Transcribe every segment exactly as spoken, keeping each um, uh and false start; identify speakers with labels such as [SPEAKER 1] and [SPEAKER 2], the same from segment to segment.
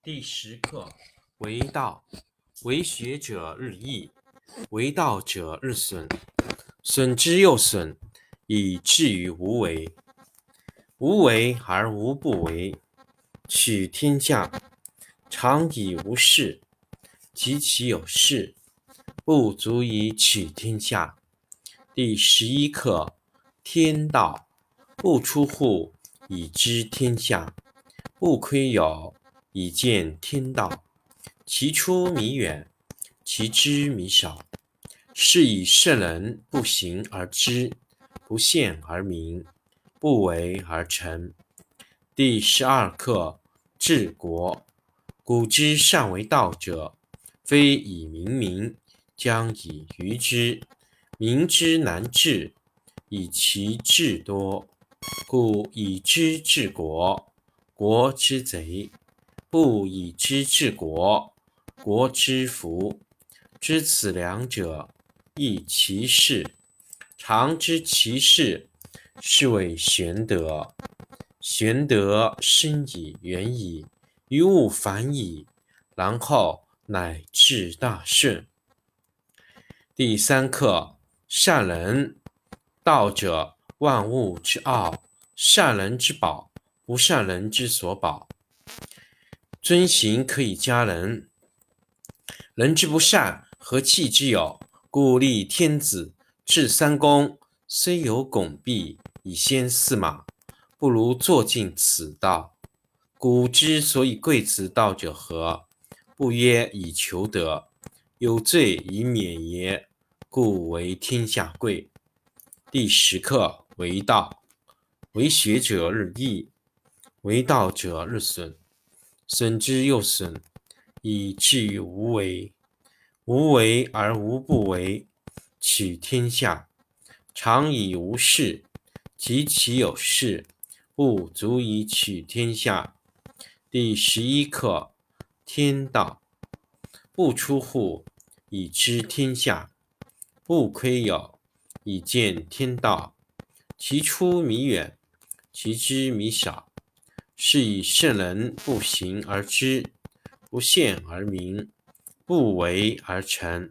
[SPEAKER 1] 第十课为道，为学者日益，为道者日损，损之又损，以至于无为。无为而无不为，取天下常以无事，及其有事，不足以取天下。第十一课天道，不出户，以知天下；不窥牖，以见天道。其出弥远，其知弥少。是以圣人不行而知，不见而明，不为而成。第十二课治国。古之善为道者，非以明民，将以愚之。民之难治，以其智多。故以知治国，国之贼；不以知治国，国之福。知此两者，亦其事。常知其事，是谓玄德。玄德深矣，远矣，于物反矣，然后乃至大顺。第三课善人。道者，万物之奥，善人之宝，不善人之所宝。遵行可以加人，人之不善，何气之有？故立天子，制三公，虽有拱璧以先驷马，不如坐尽此道。古之所以贵此道者何？不曰以求得，有罪以免也，故为天下贵。第十课为道，为学者日益，为道者日损，损之又损，以至于无为。无为而无不为，取天下常以无事，及其有事，不足以取天下。第十一课天道，不出户，以知天下；不窥牖，以见天道。其出弥远，其知弥少。是以圣人不行而知，不见而明，不为而成。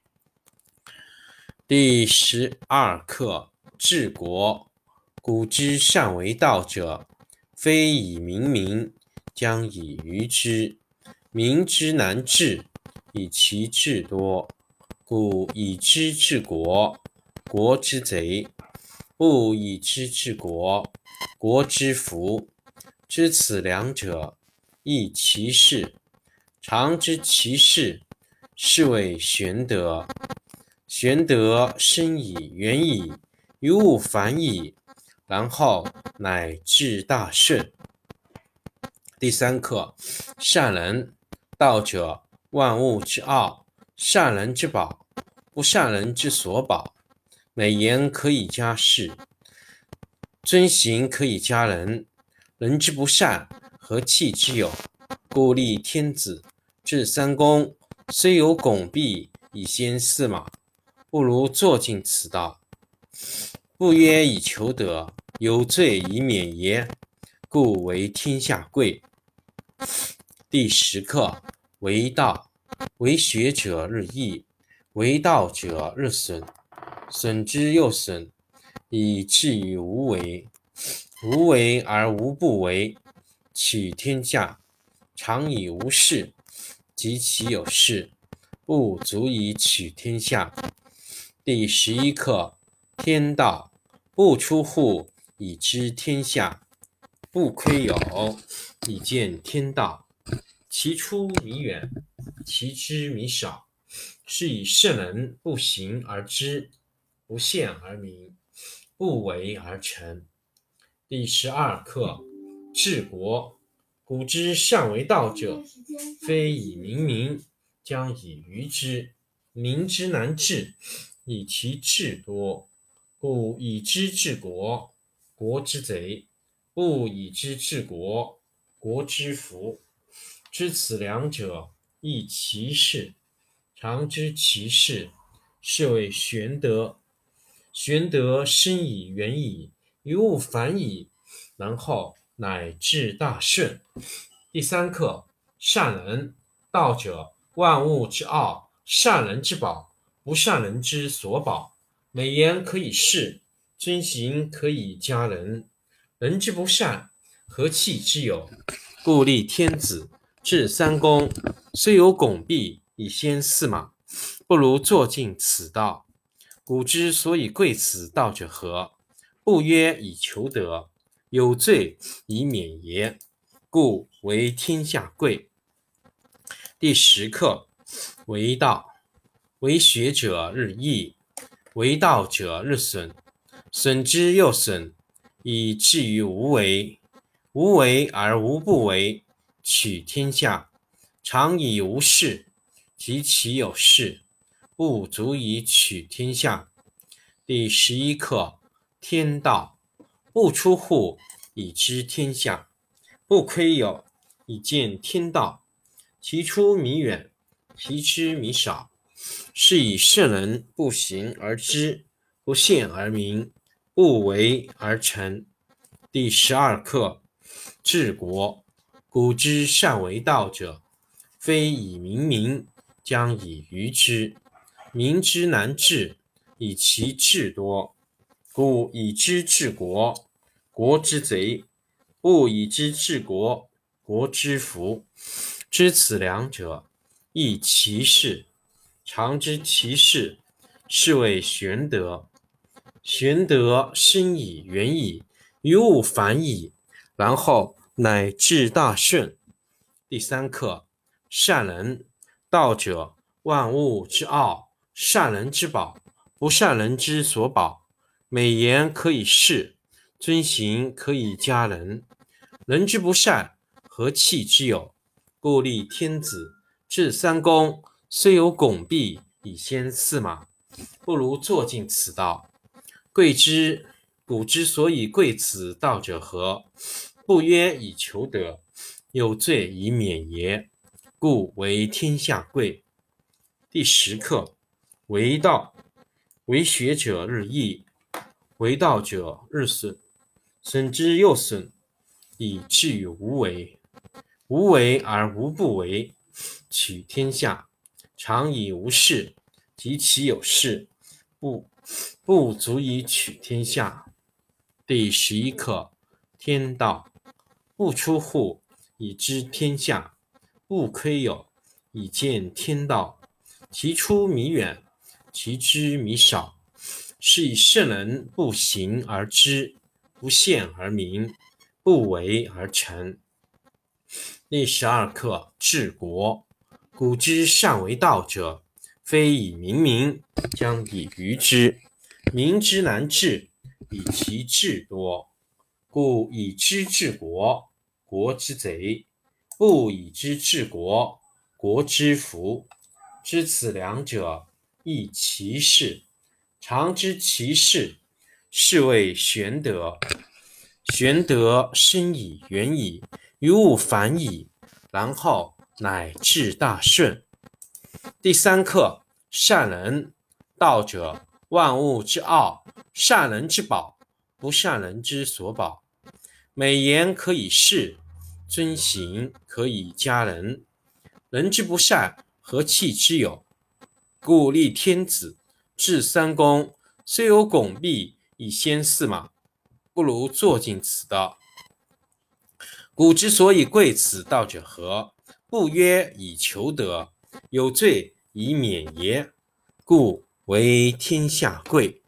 [SPEAKER 1] 第十二课治国。古之善为道者，非以明民，将以愚之。民之难治，以其智多。故以知治国，国之贼；不以知治国，国之福。知此两者，亦其事。常知其事，是谓玄德。玄德深矣，远矣，于物反矣，然后乃至大顺。第三课善人。道者，万物之奥，善人之宝，不善人之所宝。美言可以加饰，遵行可以加人。人之不善，何气之有？故立天子，制三公，虽有拱璧以先驷马，不如坐尽此道。不曰以求得，有罪以免也，故为天下贵。第十课为道，为学者日益，为道者日损，损之又损，以至于无为。无为而无不为，取天下常以无事，及其有事，不足以取天下。第十一课天道，不出户，以知天下；不窥牖，以见天道。其出弥远，其知弥少。是以圣人不行而知，不见而明，不为而成。第十二课治国。古之善为道者，非以明民，将以愚之。民之难治，以其智多。故以知治国，国之贼；不以知治国，国之福。知此两者，亦其事。常知其事，是谓玄德。玄德深矣，远矣，于物反矣，然后乃至大顺。第三课善人，道者，万物之奥，善人之宝，不善人之所宝。美言可以世，遵行可以加人。人之不善，何气之有？故立天子，制三公，虽有拱璧以先驷马，不如坐尽此道。古之所以贵此道者何？不曰以求得，有罪以免也。故为天下贵。第十课，为道，为学者日益，为道者日损，损之又损，以至于无为。无为而无不为，取天下常以无事，及其有事，不足以取天下。第十一课，天道，不出户以知天下，不窥有以见天道。其出弥远，其知弥少，是以圣人不行而知，不见而明，不为而成。第十二课，治国。古之善为道者，非以明民，将以愚之。民之难治，以其智多。故以知治国，国之贼；不以知治国，国之福。知此两者，亦其事。常知其事，是谓玄德。玄德深矣，远矣，于物反矣，然后乃至大顺。第三课，善人，道者，万物之奥，善人之宝，不善人之所宝。美言可以世，遵行可以加人。人之不善，何气之有？故立天子，制三公，虽有拱璧以先驷马，不如坐尽此道。贵之，古之所以贵此道者何？不曰以求得，有罪以免也。故为天下贵。第十课，为道，为学者日益，为道者日损，损之又损，以至于无为。无为而无不为，取天下常以无事，及其有事，不不足以取天下。第十一课，天道，不出户以知天下，不窥有以见天道。其出弥远，其知弥少，是以圣人不行而知，不见而明，不为而成。第十二课，治国。古之善为道者，非以明民，将以愚之。民之难治，以其智多。故以知治国，国之贼；不以知治国，国之福。知此两者，亦其事。常知其事，是谓玄德。玄德深矣，远矣，于物反矣，然后乃至大顺。第三课，善人，道者，万物之奥，善人之宝，不善人之所宝。美言可以世，遵行可以加人。人之不善，何气之有？故立天子，制三公，虽有拱璧以先驷马，不如坐尽此道。古之所以贵此道者何？不曰以求得，有罪以免也。故为天下贵。